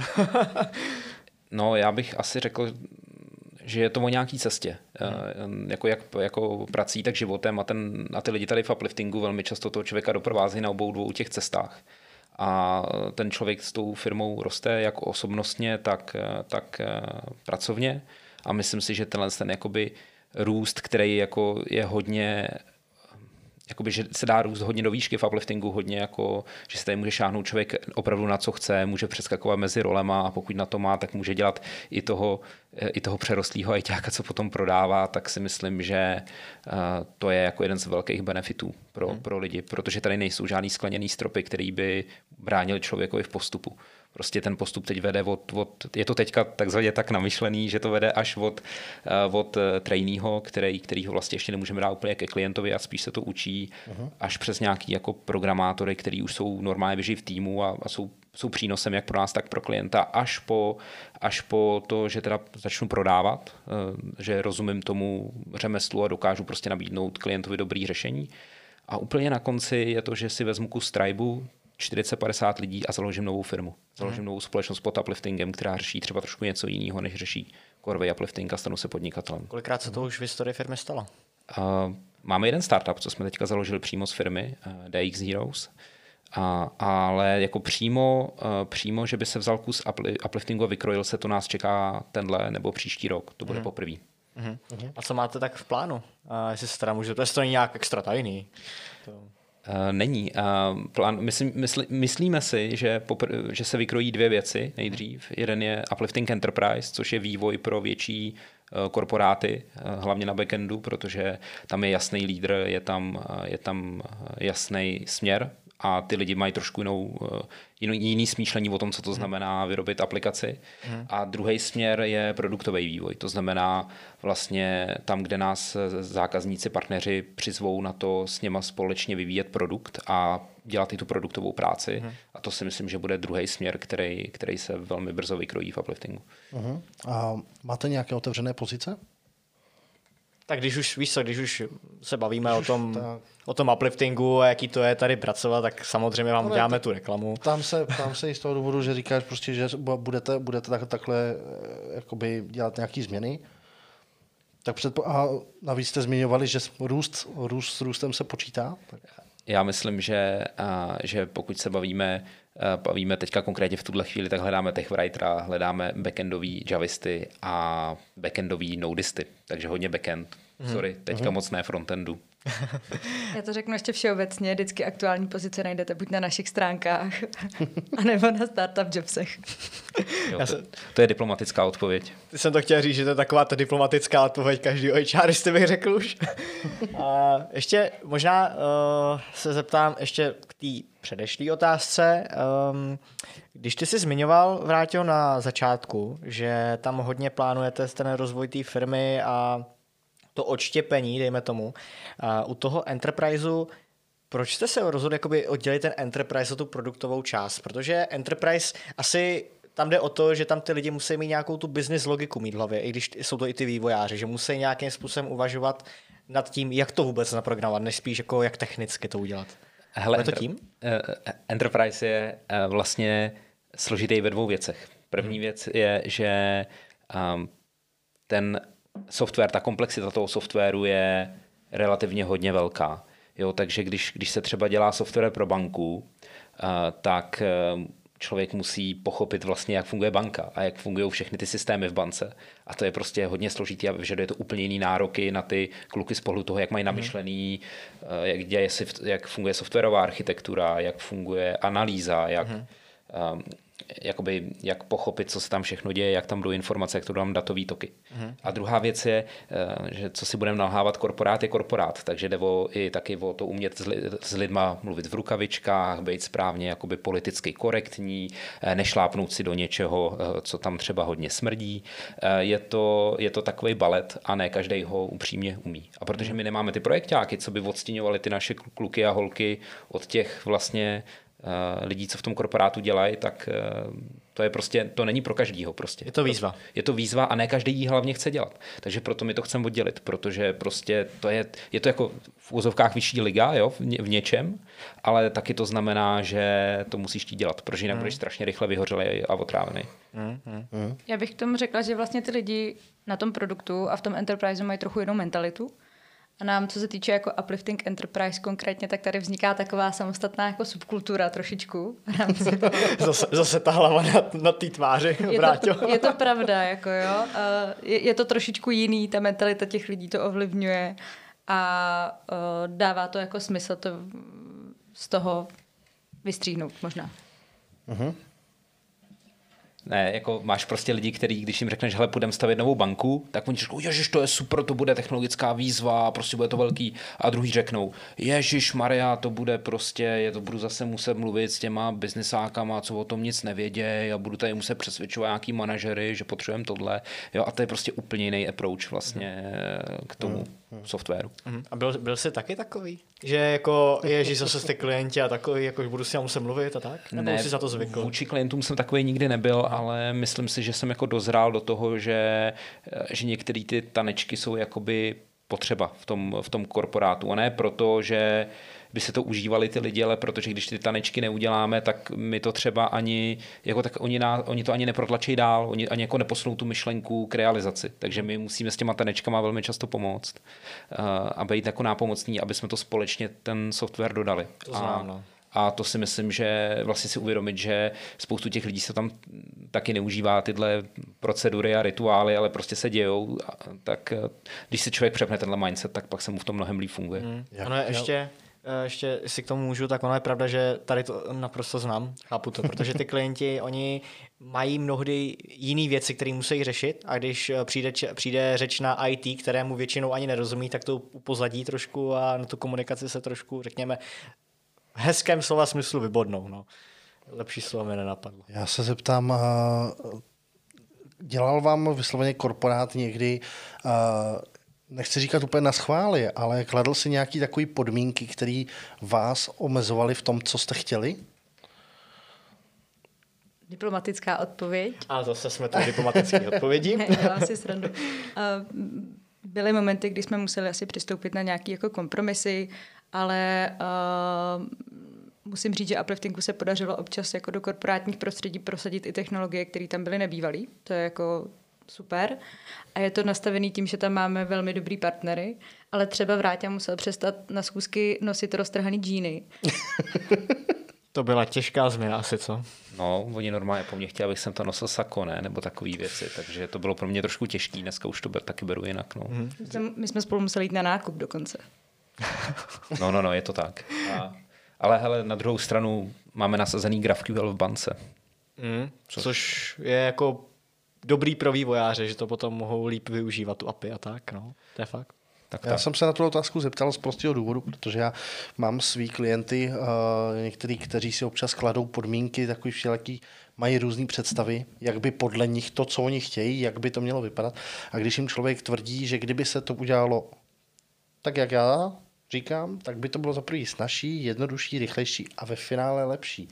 No já bych asi řekl, že je to o nějaký cestě. Mm. Jako, jak, jako prací, tak životem a, ten, a ty lidi tady v upliftingu velmi často toho člověka doprovází na obou dvou těch cestách. A ten člověk s tou firmou roste jak osobnostně, tak, tak pracovně. A myslím si, že tenhle ten jakoby růst, který jako je hodně, jakoby, že se dá růst hodně do výšky v upliftingu, hodně jako, že se tady může šáhnout člověk opravdu na co chce, může přeskakovat mezi rolema a pokud na to má, tak může dělat i toho, i toho přerostlýho ajťáka, co potom prodává, tak si myslím, že to je jako jeden z velkých benefitů pro, hmm. pro lidi, protože tady nejsou žádný skleněný stropy, který by bránili člověkovi v postupu. Prostě ten postup teď vede od, od je to teďka takzvaně tak namyšlený, že to vede až od, od traineeho, který, který ho vlastně ještě nemůžeme dát úplně ke klientovi a spíš se to učí, uh-huh. až přes nějaký jako programátory, který už jsou normálně běží v týmu a, a jsou, jsou přínosem jak pro nás, tak pro klienta, až po, až po to, že teda začnu prodávat, že rozumím tomu řemeslu a dokážu prostě nabídnout klientovi dobrý řešení. A úplně na konci je to, že si vezmu kus Tribu, čtyřicet padesát lidí a založím novou firmu. Založím hmm. novou společnost pod upliftingem, která řeší třeba trošku něco jiného, než řeší Corvey uplifting a stanu se podnikatelem. Kolikrát se to už v historii firmy stalo? Uh, máme jeden startup, co jsme teďka založili přímo z firmy, uh, D X Heroes, uh, ale jako přímo, uh, přímo, že by se vzal kus upliftingu a vykrojil se, to nás čeká tenhle nebo příští rok. To bude hmm. poprvé. Hmm. Hmm. A co máte tak v plánu? Uh, jestli se teda můžete, to není nějak extra tajný. To... Uh, není. Uh, plán, myslím, mysli, myslíme si, že, popr- že se vykrojí dvě věci nejdřív. Jeden je Uplifting Enterprise, což je vývoj pro větší uh, korporáty, uh, hlavně na backendu, protože tam je jasný lídr, je tam, uh, je tam jasný směr a ty lidi mají trošku jinou, jiný, jiný smýšlení o tom, co to znamená vyrobit aplikaci. Hmm. A druhý směr je produktový vývoj. To znamená vlastně tam, kde nás zákazníci, partneři přizvou na to s něma společně vyvíjet produkt a dělat i tu produktovou práci. Hmm. A to si myslím, že bude druhý směr, který, který se velmi brzo vykrojí v upliftingu. Uh-huh. A máte nějaké otevřené pozice? Tak když už, víš co, když už se bavíme když o tom, tak... o tom upliftingu a jaký to je tady pracovat, tak samozřejmě vám Ale děláme t- tu reklamu. Tam se, tam se i z toho důvodu, že říkáš prostě, že budete, budete tak, takhle jakoby dělat nějaký změny. Tak předpo- a navíc jste zmiňovali, že růst, růst s růstem se počítá? Tak... Já myslím, že, a, že pokud se bavíme, a, bavíme teďka konkrétně v tuhle chvíli, tak hledáme techwritera, hledáme backendový javisty a backendový nodisty, takže hodně backend. Sorry, teďka mm. moc ne frontendu. Já to řeknu ještě všeobecně, vždycky aktuální pozice najdete buď na našich stránkách, anebo na Startup Jobsech. Jo, to, to je diplomatická odpověď. Ty jsem to chtěl říct, že to je taková ta diplomatická odpověď každý HRisty bych řekl už. A ještě možná uh, se zeptám ještě k té předešlé otázce. Um, když ty jsi zmiňoval, Vrátil, na začátku, že tam hodně plánujete ten rozvoj té firmy a to odštěpení, dejme tomu, a u toho enterpriseu, proč jste se rozhodli jakoby oddělit ten enterprise a tu produktovou část? Protože enterprise asi tam jde o to, že tam ty lidi musí mít nějakou tu business logiku mít v hlavě, i když jsou to i ty vývojáři, že musí nějakým způsobem uvažovat nad tím, jak to vůbec naprogramovat, než spíš jako jak technicky to udělat. Hele, je to tím? Enterprise je vlastně složitý ve dvou věcech. První hmm. věc je, že um, ten software, ta komplexita toho softwaru je relativně hodně velká. Jo, takže když, když se třeba dělá software pro banku, uh, tak uh, člověk musí pochopit vlastně, jak funguje banka a jak fungují všechny ty systémy v bance. A to je prostě hodně složitý a vyžaduje to úplně jiný nároky na ty kluky z pohledu toho, jak mají namyšlený, uh, jak, děje, jak funguje softwarová architektura, jak funguje analýza, jak... Hmm. Um, jakoby, jak pochopit, co se tam všechno děje, jak tam jdou informace, jak to dám datový toky. Mm. A druhá věc je, že co si budeme nalhávat, korporát je korporát, takže jde o, i taky o to umět s, li, s lidma mluvit v rukavičkách, být správně jakoby politicky korektní, nešlápnout si do něčeho, co tam třeba hodně smrdí. Je to, je to takový balet a ne každý ho upřímně umí. A protože my nemáme ty projekťáky, co by odstíňovali ty naše kluky a holky od těch vlastně lidí, co v tom korporátu dělají, tak to je prostě, to není pro každýho prostě. Je to výzva. Je to výzva a ne každý ji hlavně chce dělat. Takže proto my to chceme oddělit, protože prostě to je, je to jako v úzovkách vyšší liga, jo, v něčem, ale taky to znamená, že to musíš chtít dělat, protože jinak mm. budeš strašně rychle vyhořelej a otrávený. Mm, mm, mm. Já bych k tomu řekla, že vlastně ty lidi na tom produktu a v tom enterprise mají trochu jinou mentalitu. A nám, co se týče jako Uplifting Enterprise konkrétně, tak tady vzniká taková samostatná jako subkultura trošičku. zase, zase ta hlava na, na té tváři, je Vrátil. To, je to pravda, jako jo. Je, je to trošičku jiný, ta mentalita těch lidí to ovlivňuje a uh, dává to jako smysl to z toho vystříhnout možná. Uh-huh. Ne, jako máš prostě lidi, kteří, když jim řekneš, hele, půjdeme stavět novou banku, tak oni řeknou, ježiš, to je super, to bude technologická výzva, prostě bude to velký. A druhý řeknou, ježiš Maria, to bude prostě, je to budu zase muset mluvit s těma biznesákama, co o tom nic nevědějí a budu tady muset přesvědčovat nějaký manažery, že potřebujeme tohle. Jo, a to je prostě úplně jiný approach vlastně k tomu mm. softwaru. Mm. A byl, byl jsi taky takový? Že jako, ježiš, zase jste klienti a takový, jako budu si já muset mluvit a tak? Nebo ne, jsi za to zvykl? Vůči klientům jsem takový nikdy nebyl, ale myslím si, že jsem jako dozrál do toho, že, že některé ty tanečky jsou jakoby potřeba v tom, v tom korporátu. A ne proto, že by se to užívali ty lidi, ale protože když ty tanečky neuděláme, tak my to třeba ani, jako tak oni, ná, oni to ani neprotlačí dál, oni ani jako neposunou tu myšlenku k realizaci. Takže my musíme s těma tanečkama velmi často pomoct uh, a být jako nápomocní, aby jsme to společně ten software dodali. To znám, no. A to si myslím, že vlastně si uvědomit, že spoustu těch lidí se tam taky neužívá tyhle procedury a rituály, ale prostě se dějou. Tak když si člověk přepne tenhle mindset, tak pak se mu v tom mnohem líp funguje. Mm. Ono je ještě, ještě, jestli k tomu můžu, tak ono je pravda, že tady to naprosto znám, chápu to, protože ty klienti, oni mají mnohdy jiné věci, které musí řešit a když přijde, přijde řeč na í té, kterému většinou ani nerozumí, tak to upozadí trošku a na tu komunikaci se trošku, řekněme, hezkém slova smyslu vybodnou. No. Lepší slovo mi nenapadlo. Já se zeptám, dělal vám vysloveně korporát někdy, nechci říkat úplně na schvály, ale kladl si nějaký takový podmínky, které vás omezovaly v tom, co jste chtěli? Diplomatická odpověď. A zase jsme to diplomatické odpovědi. Dělám si srandu. Byly momenty, kdy jsme museli asi přistoupit na nějaké jako kompromisy, ale uh, musím říct, že upliftingu se podařilo občas jako do korporátních prostředí prosadit i technologie, které tam byly nebývalý. To je jako super. A je to nastavený tím, že tam máme velmi dobrý partnery, ale třeba Vráťa musel přestat na schůzky nosit roztrhaný džíny. To byla těžká změna asi, co? No, oni normálně po mně chtěli, abych jsem to nosil sako, ne? Nebo takové věci, takže to bylo pro mě trošku těžký, dneska už to ber, taky beru jinak. No. Mm-hmm. My jsme spolu museli jít na nákup dokonce. No, no, no, je to tak. A, ale hele, na druhou stranu máme nasazený GraphQL v bance. Mm, což... což je jako dobrý pro vývojáře, že to potom mohou líp využívat tu A P I a tak, no. To je fakt. Tak, já tak. jsem se na tu otázku zeptal z prostého důvodu, protože já mám svý klienty, uh, některý, kteří si občas kladou podmínky, takový všelijaký, mají různé představy, jak by podle nich to, co oni chtějí, jak by to mělo vypadat. A když jim člověk tvrdí, že kdyby se to udělalo tak, jak já říkám, tak by to bylo za první snazší, jednodušší, rychlejší a ve finále lepší.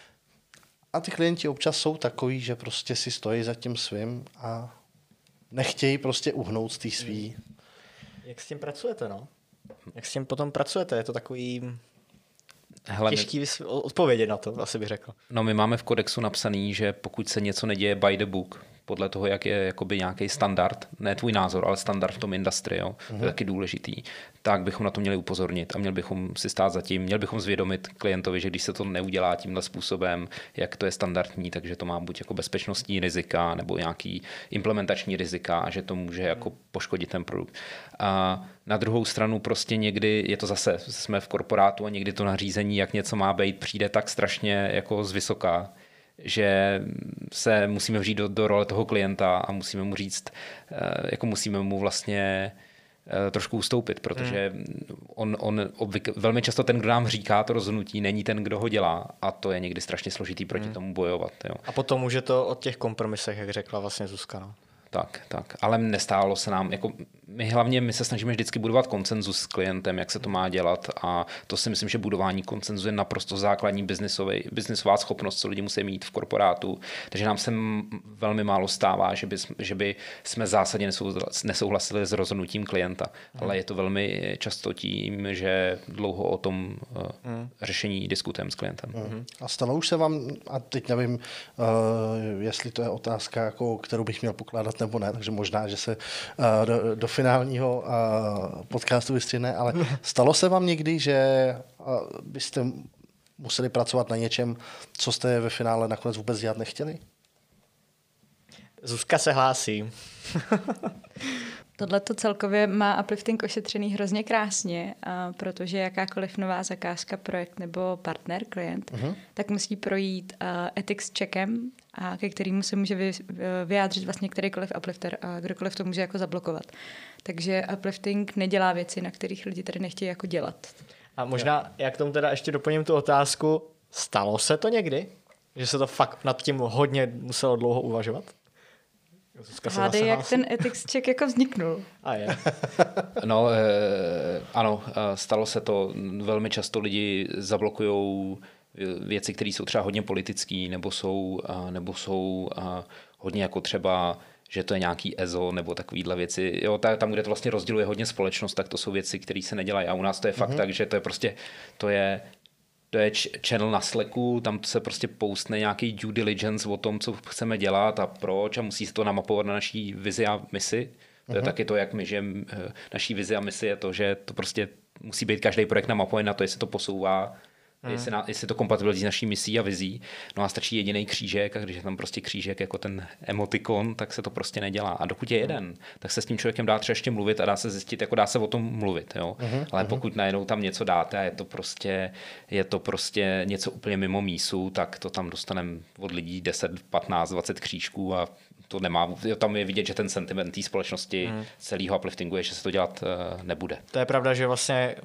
A ty klienti občas jsou takový, že prostě si stojí za tím svým a nechtějí prostě uhnout z té svý. Jak s tím pracujete, no? Jak s tím potom pracujete? Je to takový Hele, těžký vysv... odpovědět na to, asi bych řekl. No, my máme v kodexu napsaný, že pokud se něco neděje by the book, podle toho, jak je jakoby nějaký standard, ne tvůj názor, ale standard v tom industrii, jo, uh-huh. to je taky důležitý, tak bychom na to měli upozornit a měli bychom si stát za tím, měli bychom zvědomit klientovi, že když se to neudělá tímhle způsobem, jak to je standardní, takže to má buď jako bezpečnostní rizika nebo nějaký implementační rizika a že to může jako poškodit ten produkt. A na druhou stranu prostě někdy je to zase, jsme v korporátu a někdy to nařízení, jak něco má být, přijde tak strašně jako z vysoká, že se musíme vžít do, do role toho klienta a musíme mu říct, jako musíme mu vlastně trošku ustoupit, protože on, on obvykle, velmi často ten, kdo nám říká to rozhodnutí, není ten, kdo ho dělá a to je někdy strašně složitý proti hmm. tomu bojovat. Jo. A potom už je to o těch kompromisech, jak řekla vlastně Zuzka. No. Tak, tak. Ale nestálo se nám, jako my hlavně my se snažíme vždycky budovat konsenzus s klientem, jak se to má dělat a to si myslím, že budování konsenzu je naprosto základní biznisová schopnost, co lidi musí mít v korporátu. Takže nám se velmi málo stává, že by, že by jsme zásadně nesouhlasili s rozhodnutím klienta. Hmm. Ale je to velmi často tím, že dlouho o tom hmm. řešení diskutujeme s klientem. Hmm. A stalo už se vám, a teď nevím, uh, jestli to je otázka, jako, kterou bych měl pokládat nebo ne, takže možná, že se uh, do, do finálního uh, podcastu vystřihne, ale stalo se vám někdy, že uh, byste museli pracovat na něčem, co jste ve finále nakonec vůbec dělat nechtěli? Zuzka se hlásí. Tohle to celkově má uplifting ošetřený hrozně krásně, a protože jakákoliv nová zakázka, projekt nebo partner, klient, uh-huh. tak musí projít uh, ethics checkem, a ke kterému se může vy, vyjádřit vlastně kterýkoliv uplifter a kdokoliv to může jako zablokovat. Takže uplifting nedělá věci, na kterých lidi tady nechtějí jako dělat. A možná, jak tomu teda ještě doplním tu otázku, stalo se to někdy? Že se to fakt nad tím hodně muselo dlouho uvažovat? Hádej, jak ten ethics check jako vzniknul. A je. No, e, ano, stalo se to. Velmi často lidi zablokujou věci, které jsou třeba hodně politické, nebo jsou, nebo jsou hodně jako třeba, že to je nějaký E Z O nebo takovýhle věci. Jo, tam, kde to vlastně rozděluje hodně společnost, tak to jsou věci, které se nedělají. A u nás to je fakt mm-hmm. tak, že to je prostě, to je To je channel na Slacku, tam se prostě postne nějaký due diligence o tom, co chceme dělat a proč a musí se to namapovat na naší vizi a misi. To je uh-huh. taky to, jak my žijeme. Naší vizi a misi je to, že to prostě musí být každý projekt namapovaný na to, jestli to posouvá, uh-huh. jestli, na, jestli to kompatibilní s naší misí a vizí. No a stačí jediný křížek a když je tam prostě křížek jako ten emotikon, tak se to prostě nedělá. A dokud je jeden, tak se s tím člověkem dá třeba ještě mluvit a dá se zjistit, jako dá se o tom mluvit. Jo? Uh-huh. Ale pokud najednou tam něco dáte a je to prostě, je to prostě něco úplně mimo mísu, tak to tam dostaneme od lidí deset, patnáct, dvacet křížků a to nemá, tam je vidět, že ten sentiment té společnosti hmm. celého upliftingu je, že se to dělat uh, nebude. To je pravda, že vlastně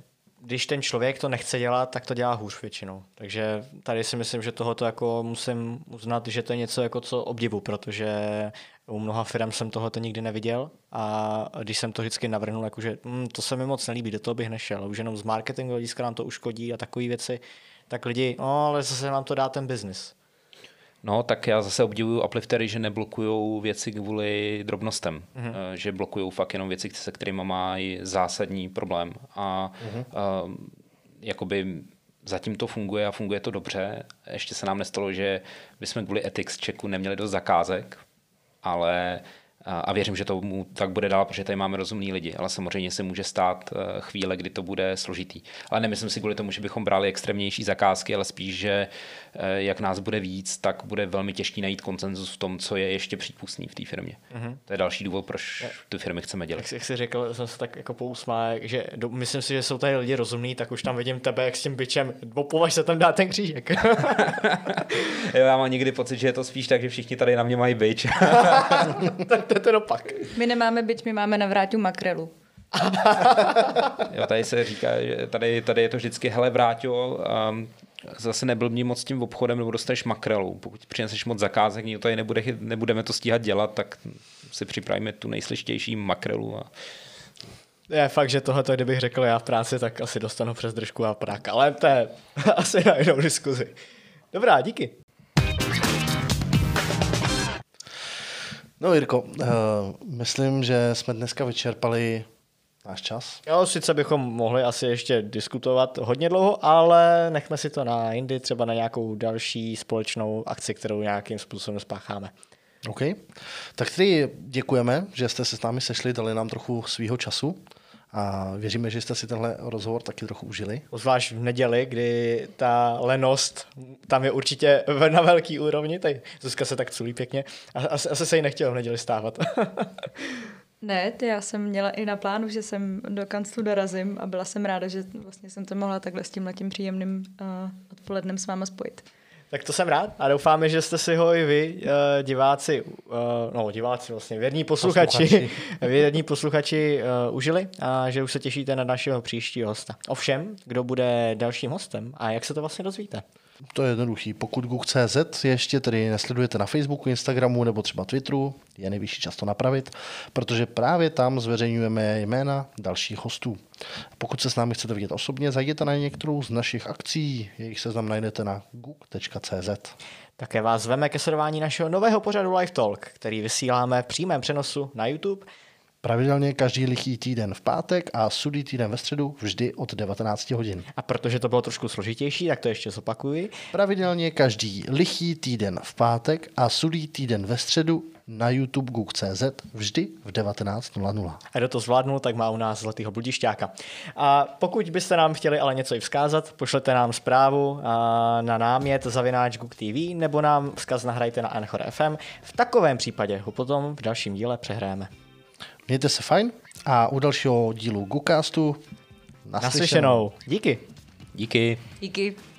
když ten člověk to nechce dělat, tak to dělá hůř většinou. Takže tady si myslím, že tohoto jako musím uznat, že to je něco jako co obdivu, protože u mnoha firm jsem tohoto nikdy neviděl a když jsem to vždycky navrhnul, jakože hm, to se mi moc nelíbí, do toho bych nešel, už jenom z marketingu hlediska nám to uškodí a takové věci, tak lidi, no ale zase nám to dá ten biznis. No, tak já zase obdivuju upliftery, že neblokují věci kvůli drobnostem. Mm-hmm. Že blokují fakt jenom věci, se kterými mají zásadní problém. A mm-hmm. uh, jakoby zatím to funguje a funguje to dobře. Ještě se nám nestalo, že bychom kvůli ethics checku neměli dost zakázek, ale a věřím, že to mu tak bude dál, protože tady máme rozumný lidi, ale samozřejmě se může stát chvíle, kdy to bude složitý. Ale nemyslím si kvůli tomu, že bychom brali extrémnější zakázky, ale spíš, že jak nás bude víc, tak bude velmi těžký najít konsenzus v tom, co je ještě přípustný v té firmě. Mm-hmm. To je další důvod, proč ty firmy chceme dělat. Jak, jak jsi řekl, jsem se tak jako pousmál, že do, myslím si, že jsou tady lidi rozumní, tak už tam vidím tebe, jak s tím bičem, opovaž se tam dá ten křížek. Jo, já mám někdy pocit, že je to spíš tak, že všichni tady na mě mají bič. Tak to je ten opak. My nemáme bič, my máme na vráťu makrelu. Jo, tady se říká, že tady, tady je to vždycky, hele Vráťo, um, zase neblbni moc tím obchodem, nebo dostaneš makrelu. Pokud přineseš moc zakázek, nikdo tady nebude, nebudeme to stíhat dělat, tak si připravíme tu nejslištější makrelu. A... Je fakt, že tohle, kdybych řekl já v práci, tak asi dostanu přes držku a prák, ale to je asi na jinou diskuzi. Dobrá, díky. No Jirko, uh, myslím, že jsme dneska vyčerpali náš čas. Jo, sice bychom mohli asi ještě diskutovat hodně dlouho, ale nechme si to na jindy, třeba na nějakou další společnou akci, kterou nějakým způsobem spácháme. OK. Tak tedy děkujeme, že jste se s námi sešli, dali nám trochu svýho času a věříme, že jste si tenhle rozhovor taky trochu užili. Zvlášť v neděli, kdy ta lenost tam je určitě na velký úrovni, tady Zuzka se tak culí pěkně, asi, asi se jí nechtělo v neděli stávat. Ne, ty já jsem měla i na plánu, že jsem do kanclu dorazím a byla jsem ráda, že vlastně jsem to mohla takhle s tímhletím příjemným uh, odpolednem s váma spojit. Tak to jsem rád a doufáme, že jste si ho i vy, uh, diváci, uh, no diváci vlastně, věrní posluchači, posluchači. věrní posluchači uh, užili a že už se těšíte na našeho příštího hosta. Ovšem, kdo bude dalším hostem a jak se to vlastně dozvíte? To je jednoduchý. Pokud Google tečka cé zet ještě tedy nesledujete na Facebooku, Instagramu nebo třeba Twitteru, je nejvyšší čas to napravit, protože právě tam zveřejňujeme jména dalších hostů. Pokud se s námi chcete vidět osobně, zajděte na některou z našich akcí, jejich seznam najdete na google tečka cé zet. Také vás zveme ke sledování našeho nového pořadu Live Talk, který vysíláme v přímém přenosu na YouTube. Pravidelně každý lichý týden v pátek a sudý týden ve středu vždy od devatenáct hodin. A protože to bylo trošku složitější, tak to ještě zopakuji. Pravidelně každý lichý týden v pátek a sudý týden ve středu na YouTube google tečka cé zet vždy v devatenáct nula nula. A kdo to zvládnul, tak má u nás zlatýho bludišťáka. A pokud byste nám chtěli ale něco i vzkázat, pošlete nám zprávu na námět zavináč Google T V nebo nám vzkaz nahrajte na Anchor F M. V takovém případě ho potom v dalším díle přehrajeme. Mějte se fajn a u dalšího dílu Goocastu naslyšenou. Díky. Díky. Díky.